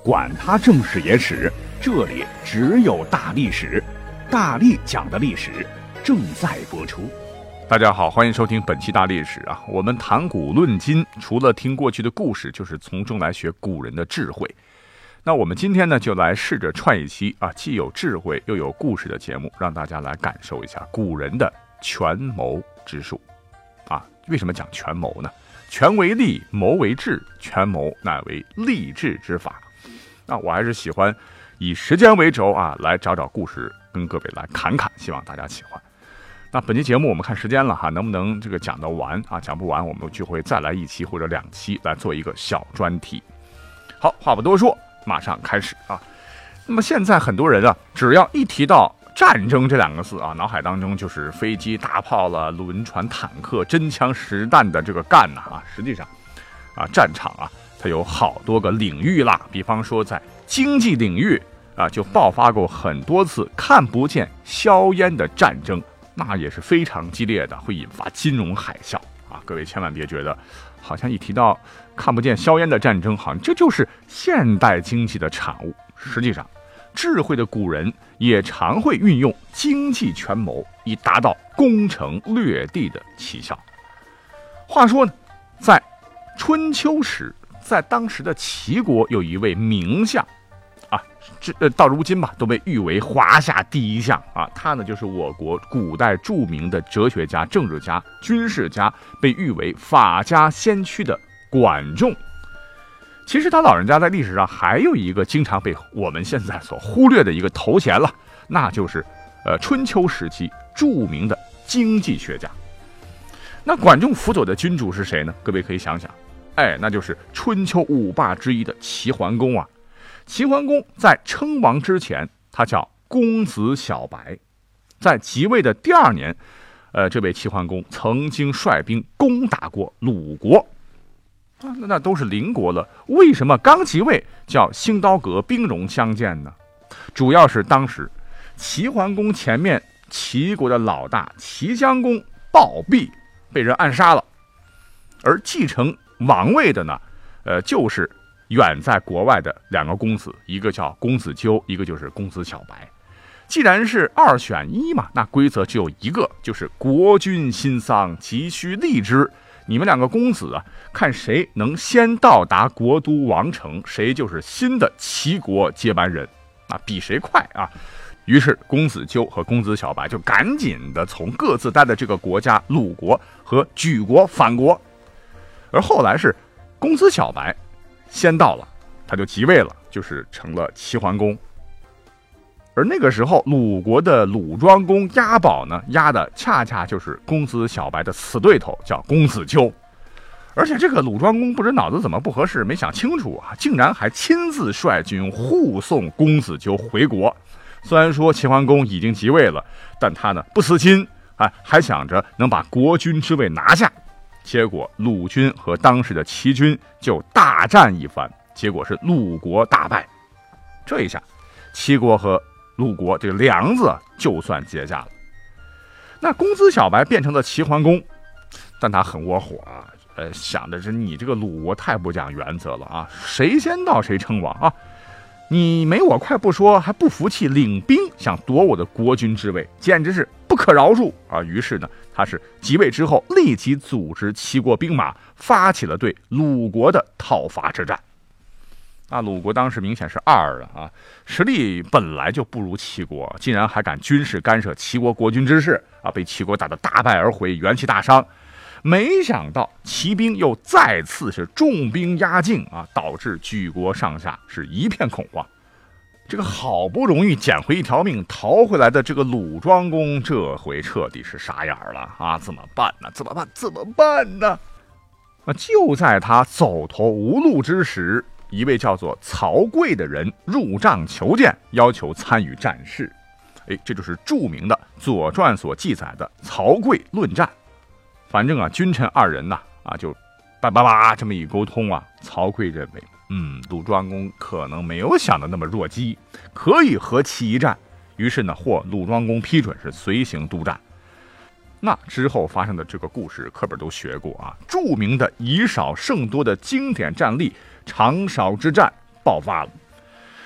管他正史野史，这里只有大历史，大力讲的历史正在播出。 大家好，欢迎收听本期大历史啊。我们谈古论今，除了听过去的故事，就是从中来学古人的智慧。那我们今天呢，就来试着串一期啊，既有智慧又有故事的节目，让大家来感受一下古人的权谋之术啊。为什么讲权谋呢？权为利，谋为治，权谋乃为利治之法。那我还是喜欢以时间为轴啊，来找找故事跟各位来侃侃，希望大家喜欢。那本期节目我们看时间了哈，能不能这个讲得完啊？讲不完我们就会再来一期或者两期来做一个小专题。好，话不多说，马上开始啊。那么现在很多人啊，只要一提到战争这两个字啊，脑海当中就是飞机、大炮了、轮船、坦克、真枪实弹的这个干呐啊。实际上啊，战场啊，它有好多个领域啦。比方说在经济领域啊，就爆发过很多次看不见硝烟的战争，那也是非常激烈的，会引发金融海啸啊。各位千万别觉得好像一提到看不见硝烟的战争，好像这就是现代经济的产物。实际上智慧的古人也常会运用经济权谋，以达到攻城略地的奇效。话说呢，在春秋时，在当时的齐国有一位名相啊，到如今吧都被誉为华夏第一相啊。他呢就是我国古代著名的哲学家、政治家、军事家，被誉为法家先驱的管仲。其实他老人家在历史上还有一个经常被我们现在所忽略的一个头衔了，那就是春秋时期著名的经济学家。那管仲辅佐的君主是谁呢？各位可以想想，那就是春秋五霸之一的齐桓公啊。齐桓公在称王之前，他叫公子小白。在即位的第2年，这位齐桓公曾经率兵攻打过鲁国啊，那都是邻国了，为什么刚即位叫兴刀阁兵戎相见呢？主要是当时齐桓公前面齐国的老大齐襄公暴毙，被人暗杀了，而继承王位的呢，就是远在国外的2个公子，一个叫公子纠，一个就是公子小白。既然是2选1嘛，那规则只有一个，就是国君新丧，急需立之。你们2个公子啊，看谁能先到达国都王城，谁就是新的齐国接班人啊，比谁快啊。于是公子纠和公子小白就赶紧的从各自待的这个国家鲁国和莒国返国。而后来是公子小白先到了，他就即位了，就是成了齐桓公。而那个时候鲁国的鲁庄公押宝呢，押的恰恰就是公子小白的死对头，叫公子纠。而且这个鲁庄公不知脑子怎么不合适，没想清楚啊，竟然还亲自率军护送公子纠回国。虽然说齐桓公已经即位了，但他呢不死心啊，还想着能把国君之位拿下。结果鲁军和当时的齐军就大战一番，结果是鲁国大败。这一下齐国和鲁国这个梁子就算结下了。那公子小白变成了齐桓公，但他很窝火啊，想的是你这个鲁国太不讲原则了啊，谁先到谁称王啊，你没我快不说，还不服气领兵想夺我的国君之位，简直是不可饶恕啊。于是呢，他是即位之后立即组织齐国兵马，发起了对鲁国的讨伐之战。那鲁国当时明显是2了啊，实力本来就不如齐国，竟然还敢军事干涉齐国国君之事啊，被齐国打得大败而回，元气大伤。没想到齐兵又再次是重兵压境啊，导致莒国上下是一片恐慌。这个好不容易捡回一条命逃回来的这个鲁庄公，这回彻底是傻眼了啊！怎么办呢？怎么办呢？就在他走投无路之时，一位叫做曹刿的人入帐求见，要求参与战事。这就是著名的《左传》所记载的曹刿论战。反正啊，君臣2人呐就叭这么一沟通啊，曹刿认为鲁庄公可能没有想的那么弱鸡，可以和其一战。于是呢，获鲁庄公批准，是随行督战。那之后发生的这个故事，课本都学过啊。著名的以少胜多的经典战例长勺之战爆发了。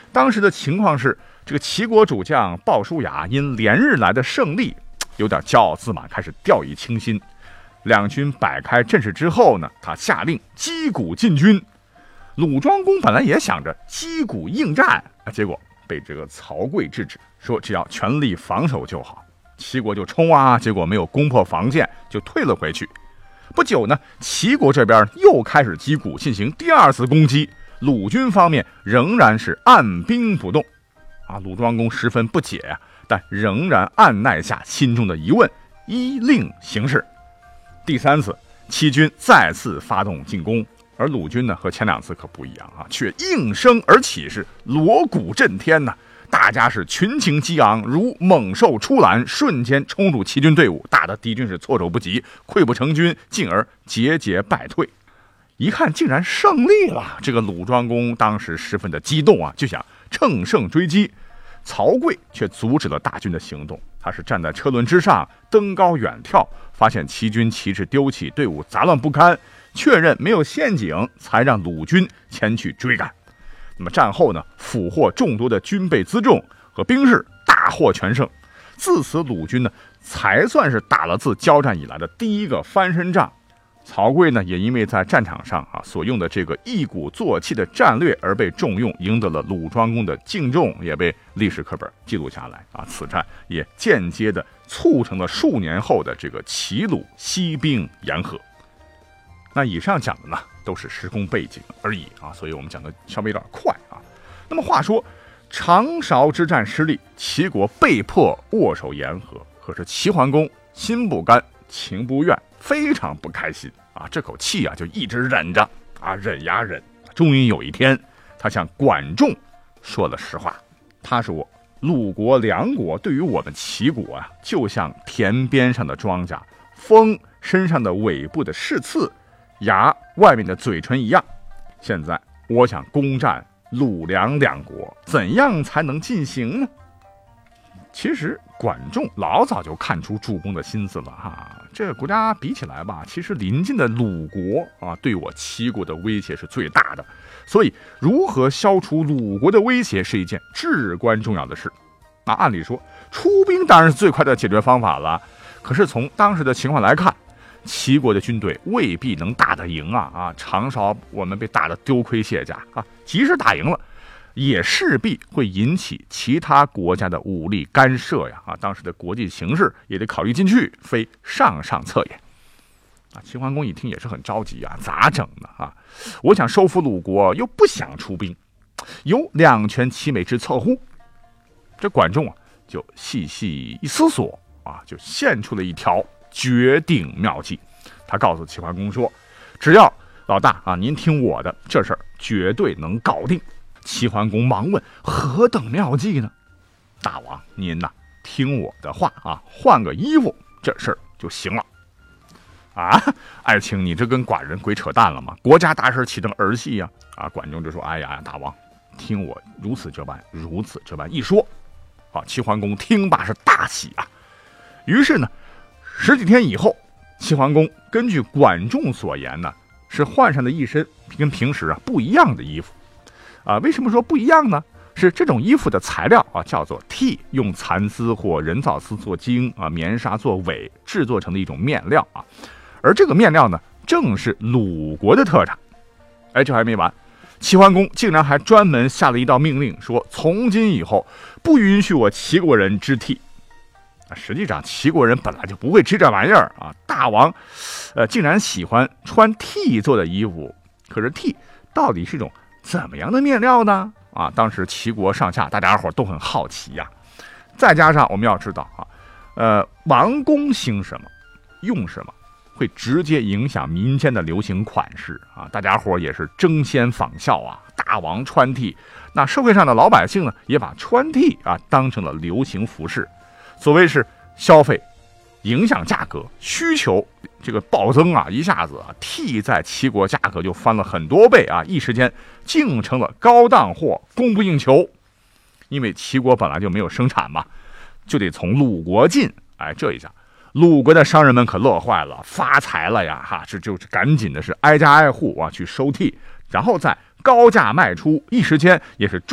当时的情况是，这个齐国主将鲍叔牙因连日来的胜利，有点骄傲自满，开始掉以轻心。两军摆开阵势之后呢，他下令击鼓进军。鲁庄公本来也想着击鼓应战，结果被这个曹刿制止，说只要全力防守就好。齐国就冲啊，结果没有攻破防线，就退了回去。不久呢，齐国这边又开始击鼓进行第二次攻击，鲁军方面仍然是按兵不动。鲁庄公十分不解但仍然按耐下心中的疑问，依令行事。第三次，齐军再次发动进攻，而鲁军呢和前两次可不一样却应声而起，是锣鼓震天大家是群情激昂，如猛兽出栏，瞬间冲入齐军队伍，打得敌军是措手不及，溃不成军，进而节节败退。一看竟然胜利了，这个鲁庄公当时十分的激动就想乘胜追击。曹刿却阻止了大军的行动，他是站在车轮之上，登高远眺，发现齐军旗帜丢弃，队伍杂乱不堪，确认没有陷阱，才让鲁军前去追赶。那么战后呢，俘获众多的军备辎重和兵士，大获全胜。自此鲁军呢才算是打了自交战以来的第一个翻身仗。曹刿呢也因为在战场上所用的这个一鼓作气的战略而被重用，赢得了鲁庄公的敬重，也被历史课本记录下来此战也间接的促成了数年后的这个齐鲁西兵言和。那以上讲的呢都是时空背景而已所以我们讲的稍微有点快那么话说，长勺之战失利，齐国被迫握手言和，可是齐桓公心不甘情不愿，非常不开心这口气就一直忍着忍呀忍。终于有一天，他向管仲说了实话，他说鲁国梁国对于我们齐国就像田边上的庄稼，风身上的尾部的饰刺，牙外面的嘴唇一样。现在我想攻占鲁梁两国，怎样才能进行呢？其实管仲老早就看出主公的心思了这个国家比起来吧，其实邻近的鲁国对我齐国的威胁是最大的，所以如何消除鲁国的威胁是一件至关重要的事。按理说出兵当然是最快的解决方法了，可是从当时的情况来看，齐国的军队未必能打得赢长勺我们被打得丢盔卸甲即使打赢了，也势必会引起其他国家的武力干涉当时的国际形势也得考虑进去，非上上策也。齐桓公一听也是很着急咋整呢我想收复鲁国，又不想出兵，有两全其美之策乎？这管仲就细细一思索就献出了一条绝顶妙计。他告诉齐桓公说，只要老大您听我的，这事儿绝对能搞定。齐桓公忙问，何等妙计呢？大王您听我的话换个衣服，这事儿就行了。爱卿你这跟寡人鬼扯淡了吗？国家大事岂能儿戏管仲就说，哎呀大王听我如此这般，如此这般一说齐桓公听罢是大喜于是呢十几天以后，齐桓公根据管仲所言呢，是换上了一身跟平时不一样的衣服为什么说不一样呢？是这种衣服的材料叫做蓟，用蚕丝或人造丝做茎棉纱做尾制作成的一种面料而这个面料呢正是鲁国的特产。这还没完，齐桓公竟然还专门下了一道命令，说从今以后不允许我齐国人织蓟。实际上齐国人本来就不会织这玩意儿大王竟然喜欢穿蓟做的衣服，可是蓟到底是一种怎么样的面料呢？当时齐国上下大家伙都很好奇再加上我们要知道王公兴什么用什么，会直接影响民间的流行款式大家伙也是争先仿效大王穿蓟，那社会上的老百姓呢也把穿蓟当成了流行服饰。所谓是消费影响价格，需求这个暴增一下子蓟在齐国价格就翻了很多倍一时间竟成了高档货，供不应求。因为齐国本来就没有生产嘛，就得从鲁国进。这一下鲁国的商人们可乐坏了，发财了这就赶紧的是挨家挨户去收蓟，然后再高价卖出，一时间也是赚得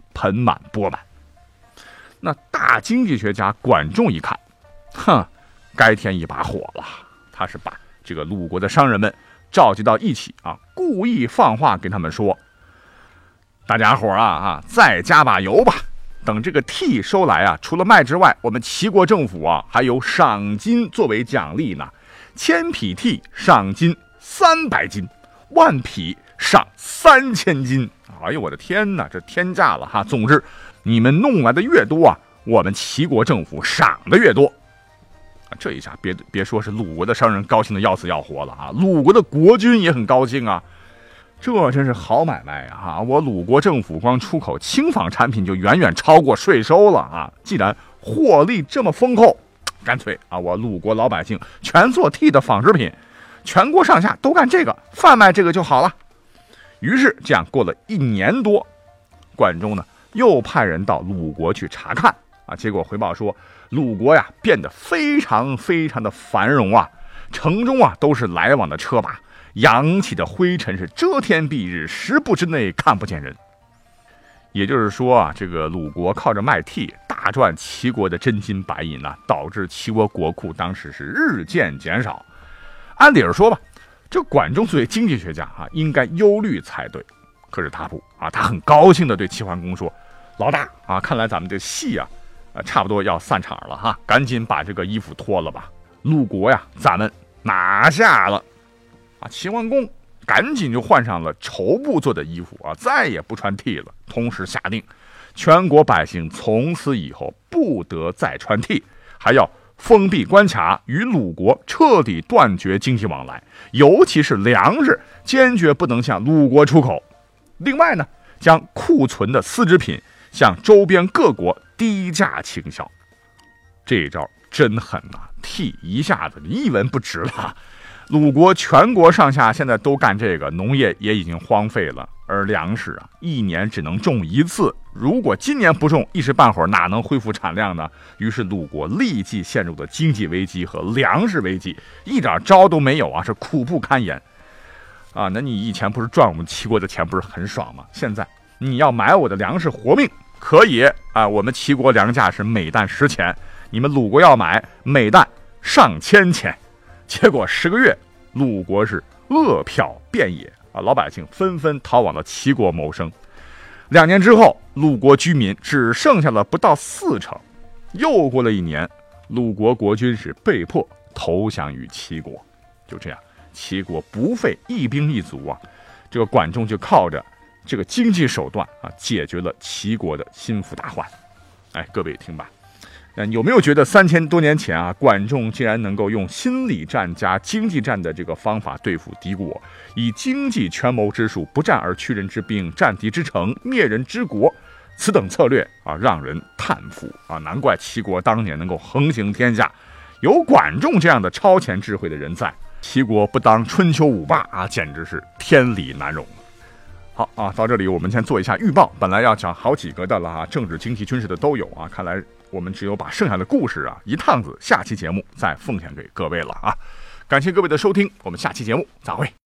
盆满钵满。那大经济学家管仲一看，该添一把火了。他是把这个鲁国的商人们召集到一起故意放话跟他们说，大家伙再加把油吧，等这个替收来除了麦之外，我们齐国政府还有赏金作为奖励呢。1000匹替赏金300斤，10000匹赏3000斤。哎呦我的天哪，这天价了总之你们弄来的越多我们齐国政府赏的越多。这一下别说是鲁国的商人高兴的要死要活了鲁国的国君也很高兴这真是好买卖我鲁国政府光出口轻纺产品就远远超过税收了既然获利这么丰厚，干脆我鲁国老百姓全做替的纺织品，全国上下都干这个，贩卖这个就好了。于是这样过了1年多，管仲呢又派人到鲁国去查看结果回报说，鲁国变得非常非常的繁荣城中都是来往的车马，扬起的灰尘是遮天蔽日，10步之内看不见人。也就是说这个鲁国靠着卖替大赚齐国的真金白银导致齐国国库当时是日渐减少。按理说吧，这管仲作为经济学家应该忧虑才对，可是他不他很高兴地对齐桓公说，老大看来咱们这戏差不多要散场了赶紧把这个衣服脱了吧，鲁国咱们拿下了。齐桓公赶紧就换上了绸布做的衣服再也不穿替了，同时下令全国百姓从此以后不得再穿替，还要封闭关卡，与鲁国彻底断绝经济往来，尤其是粮食坚决不能向鲁国出口。另外呢，将库存的丝织品向周边各国低价倾销。这一招真狠替一下子一文不值了。鲁国全国上下现在都干这个，农业也已经荒废了，而粮食1年只能种1次，如果今年不种，一时半会儿哪能恢复产量呢？于是鲁国立即陷入了经济危机和粮食危机，一点招都没有是苦不堪言那你以前不是赚我们齐国的钱不是很爽吗？现在你要买我的粮食活命可以我们齐国粮价是每担10钱，你们鲁国要买每担上千钱。结果10个月，鲁国是饿殍遍野老百姓纷纷逃往了齐国谋生。2年之后，鲁国居民只剩下了不到40%。又过了1年，鲁国国君是被迫投降于齐国。就这样，齐国不费一兵一卒这个管仲就靠着这个经济手段解决了齐国的心腹大患。各位听吧，有没有觉得3000多年前管仲竟然能够用心理战加经济战的这个方法对付敌国，以经济权谋之术，不战而屈人之兵，占敌之城，灭人之国，此等策略让人叹服难怪齐国当年能够横行天下，有管仲这样的超前智慧的人在，齐国不当春秋五霸简直是天理难容。好到这里我们先做一下预报，本来要讲好几个的了政治经济军事的都有看来我们只有把剩下的故事一趟子下期节目再奉献给各位了感谢各位的收听，我们下期节目再会。